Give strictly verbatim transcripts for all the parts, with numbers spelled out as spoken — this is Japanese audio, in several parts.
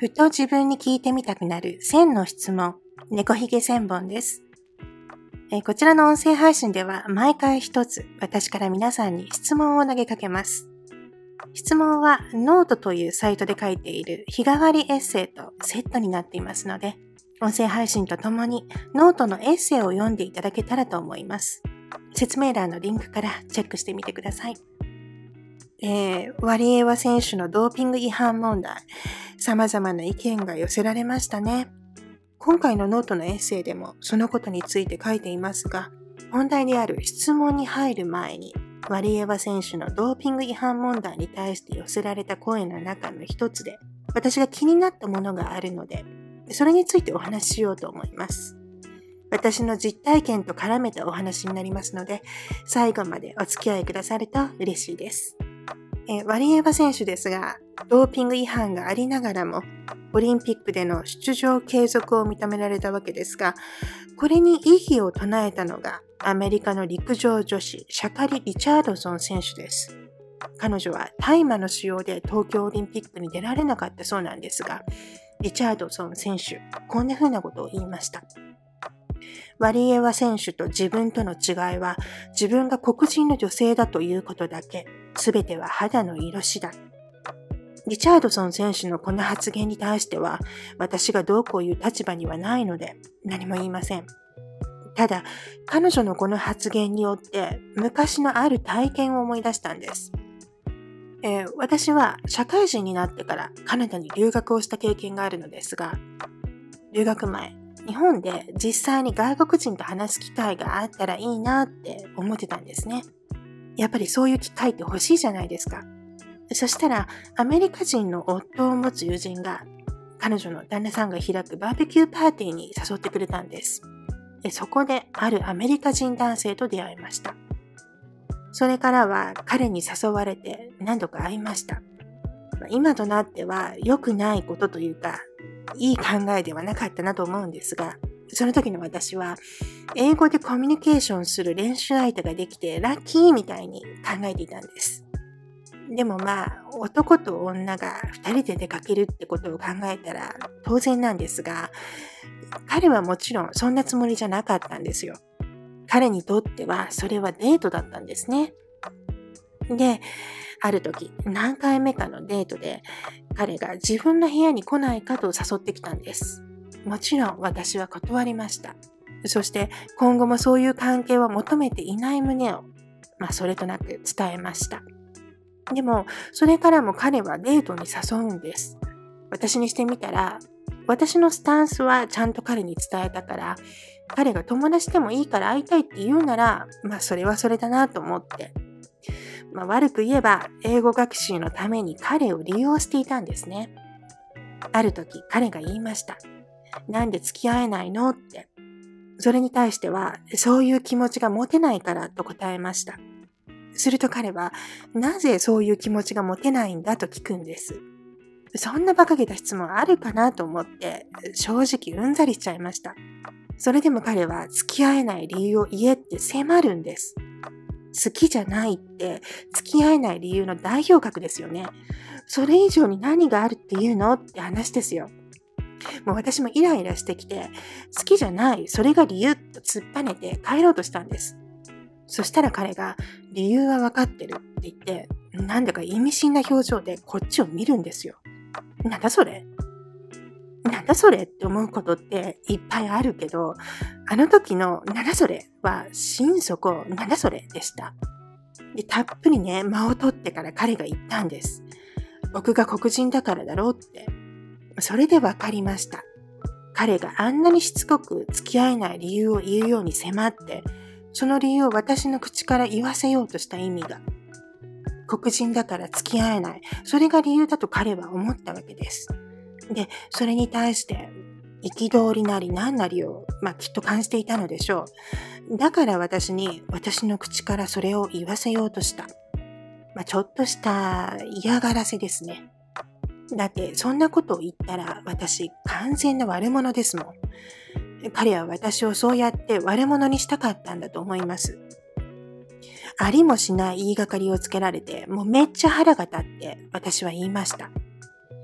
ふと自分に聞いてみたくなるせんの質問、猫ひげ千本です。えー、こちらの音声配信では毎回一つ私から皆さんに質問を投げかけます。質問はノートというサイトで書いている日替わりエッセイとセットになっていますので、音声配信とともにノートのエッセイを読んでいただけたらと思います。説明欄のリンクからチェックしてみてください。えー、ワリエワ選手のドーピング違反問題、様々な意見が寄せられましたね。今回のノートのエッセイでもそのことについて書いていますが、本題である質問に入る前に、ワリエワ選手のドーピング違反問題に対して寄せられた声の中の一つで、私が気になったものがあるので、それについてお話ししようと思います。私の実体験と絡めたお話になりますので、最後までお付き合いくださると嬉しいです。えワリエワ選手ですが、ドーピング違反がありながらも、オリンピックでの出場継続を認められたわけですが、これに異議を唱えたのが、アメリカの陸上女子、シャカリ・リチャードソン選手です。彼女は大麻の使用で東京オリンピックに出られなかったそうなんですが、リチャードソン選手、こんな風なことを言いました。ワリエワ選手と自分との違いは、自分が黒人の女性だということだけ、すべては肌の色次第。リチャードソン選手のこの発言に対しては、私がどうこう言う立場にはないので、何も言いません。ただ、彼女のこの発言によって、昔のある体験を思い出したんです。えー、私は社会人になってからカナダに留学をした経験があるのですが、留学前、日本で実際に外国人と話す機会があったらいいなって思ってたんですね。やっぱりそういう機会って欲しいじゃないですか。そしたらアメリカ人の夫を持つ友人が彼女の旦那さんが開くバーベキューパーティーに誘ってくれたんです。そこであるアメリカ人男性と出会いました。それからは彼に誘われて何度か会いました。今となっては良くないことというか、いい考えではなかったなと思うんですが、その時の私は英語でコミュニケーションする練習相手ができてラッキーみたいに考えていたんです。でもまあ、男と女が二人で出かけるってことを考えたら当然なんですが、彼はもちろんそんなつもりじゃなかったんですよ。彼にとってはそれはデートだったんですね。で、ある時、何回目かのデートで彼が自分の部屋に来ないかと誘ってきたんです。もちろん私は断りました。そして今後もそういう関係は求めていない旨を、まあそれとなく伝えました。でも、それからも彼はデートに誘うんです。私にしてみたら、私のスタンスはちゃんと彼に伝えたから、彼が友達でもいいから会いたいって言うなら、まあそれはそれだなと思って。まあ悪く言えば、英語学習のために彼を利用していたんですね。ある時、彼が言いました。なんで付き合えないのって。それに対しては、そういう気持ちが持てないからと答えました。すると彼は、なぜそういう気持ちが持てないんだと聞くんです。そんな馬鹿げた質問あるかなと思って、正直うんざりしちゃいました。それでも彼は付き合えない理由を言えって迫るんです。好きじゃないって付き合えない理由の代表格ですよね。それ以上に何があるっていうのって話ですよ。もう私もイライラしてきて、好きじゃない、それが理由と突っぱねて帰ろうとしたんです。そしたら彼が理由は分かってるって言って、なんだか意味深な表情でこっちを見るんですよ。なんだそれなんだそれって思うことっていっぱいあるけど、あの時のなんだそれは心底なんだそれでした。で、たっぷりね、間を取ってから彼が言ったんです。僕が黒人だからだろうって。それで分かりました。彼があんなにしつこく付き合えない理由を言うように迫って、その理由を私の口から言わせようとした意味が。黒人だから付き合えない。それが理由だと彼は思ったわけです。で、それに対して、憤りなり何なりを、まあ、きっと感じていたのでしょう。だから私に、私の口からそれを言わせようとした。まあ、ちょっとした嫌がらせですね。だって、そんなことを言ったら、私、完全な悪者ですもん。彼は私をそうやって悪者にしたかったんだと思います。ありもしない言いがかりをつけられて、もうめっちゃ腹が立って私は言いました。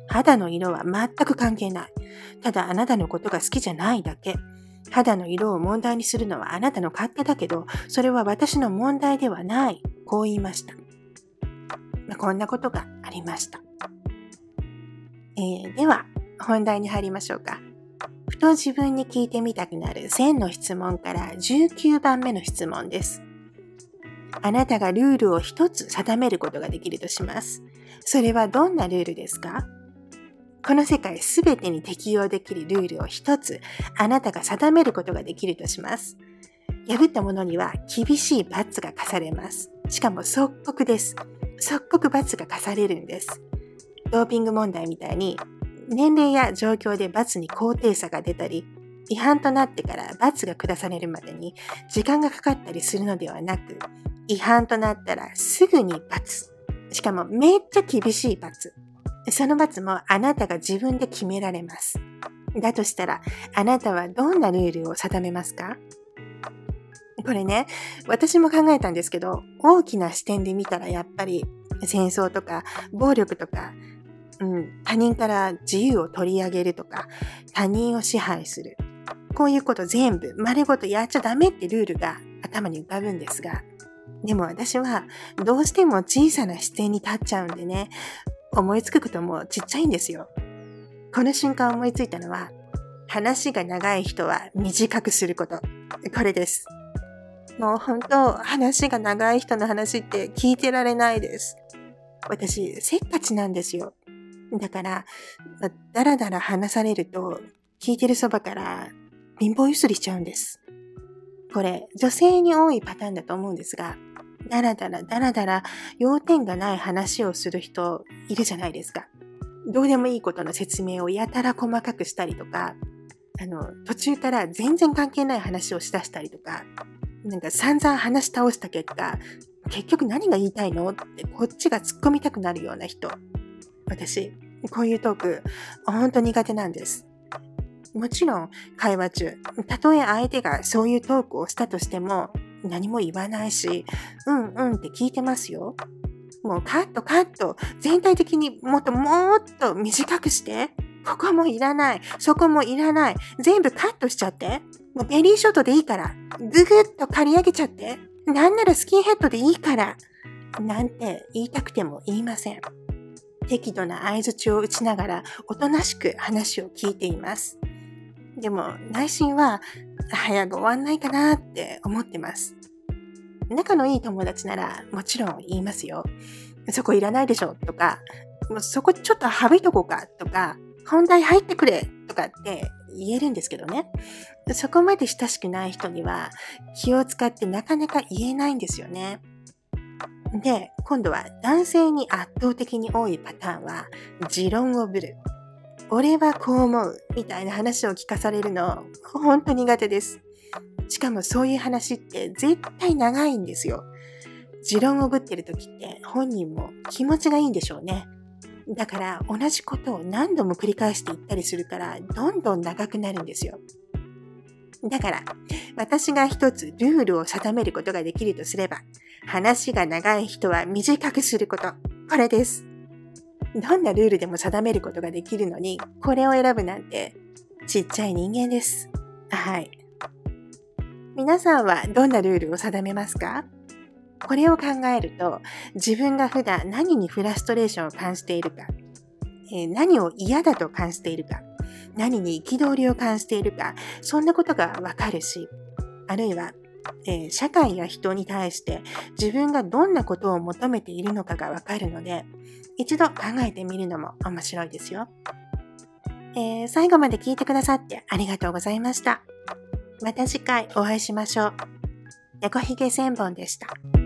肌の色は全く関係ない。ただあなたのことが好きじゃないだけ。肌の色を問題にするのはあなたの勝手だけど、それは私の問題ではない。こう言いました。まあ、こんなことがありました。えー、では、本題に入りましょうか。ふと自分に聞いてみたくなるせんの質問からじゅうきゅうばんめの質問です。あなたがルールを一つ定めることができるとします。それはどんなルールですか？この世界すべてに適用できるルールを一つあなたが定めることができるとします。破った者には厳しい罰が課されます。しかも即刻です。即刻罰が課されるんです。ドーピング問題みたいに年齢や状況で罰に高低差が出たり、違反となってから罰が下されるまでに時間がかかったりするのではなく、違反となったらすぐに罰。しかもめっちゃ厳しい罰。その罰もあなたが自分で決められます。だとしたら、あなたはどんなルールを定めますか？これね、私も考えたんですけど、大きな視点で見たらやっぱり戦争とか暴力とか、うん、他人から自由を取り上げるとか、他人を支配する。こういうこと全部丸ごとやっちゃダメってルールが頭に浮かぶんですが、でも私はどうしても小さな視点に立っちゃうんでね、思いつくこともちっちゃいんですよ。この瞬間思いついたのは、話が長い人は短くすること。これです。もう本当、話が長い人の話って聞いてられないです。私、せっかちなんですよ。だから、だらだら話されると、聞いてるそばから貧乏ゆすりしちゃうんです。これ、女性に多いパターンだと思うんですが、だらだらだらだら要点がない話をする人いるじゃないですか。どうでもいいことの説明をやたら細かくしたりとか、あの、途中から全然関係ない話をしだしたりとか、なんか散々話し倒した結果、結局何が言いたいのってこっちが突っ込みたくなるような人。私、こういうトーク、ほんと苦手なんです。もちろん、会話中、たとえ相手がそういうトークをしたとしても、何も言わないし、うんうんって聞いてますよ。もうカットカット、全体的にもっともっと短くして。ここもいらない、そこもいらない、全部カットしちゃって。もうベリーショットでいいから、ぐぐっと刈り上げちゃって。なんならスキンヘッドでいいから。なんて言いたくても言いません。適度な相槌を打ちながら、おとなしく話を聞いています。でも内心は早く終わんないかなって思ってます。仲のいい友達ならもちろん言いますよ。そこいらないでしょとか、もうそこちょっと省いとこうかとか、本題入ってくれとかって言えるんですけどね。そこまで親しくない人には気を使ってなかなか言えないんですよね。で、今度は男性に圧倒的に多いパターンは持論をぶる。俺はこう思うみたいな話を聞かされるの本当苦手です。しかもそういう話って絶対長いんですよ。持論をぶってる時って本人も気持ちがいいんでしょうね。だから同じことを何度も繰り返して言ったりするからどんどん長くなるんですよ。だから私が一つルールを定めることができるとすれば、話が長い人は短くすること。これです。どんなルールでも定めることができるのに、これを選ぶなんてちっちゃい人間です。はい。皆さんはどんなルールを定めますか？これを考えると、自分が普段何にフラストレーションを感じているか、えー、何を嫌だと感じているか、何に憤りを感じているか、そんなことがわかるし、あるいは、えー、社会や人に対して自分がどんなことを求めているのかがわかるので、一度考えてみるのも面白いですよ。えー、最後まで聞いてくださってありがとうございました。また次回お会いしましょう。猫ひげ千本でした。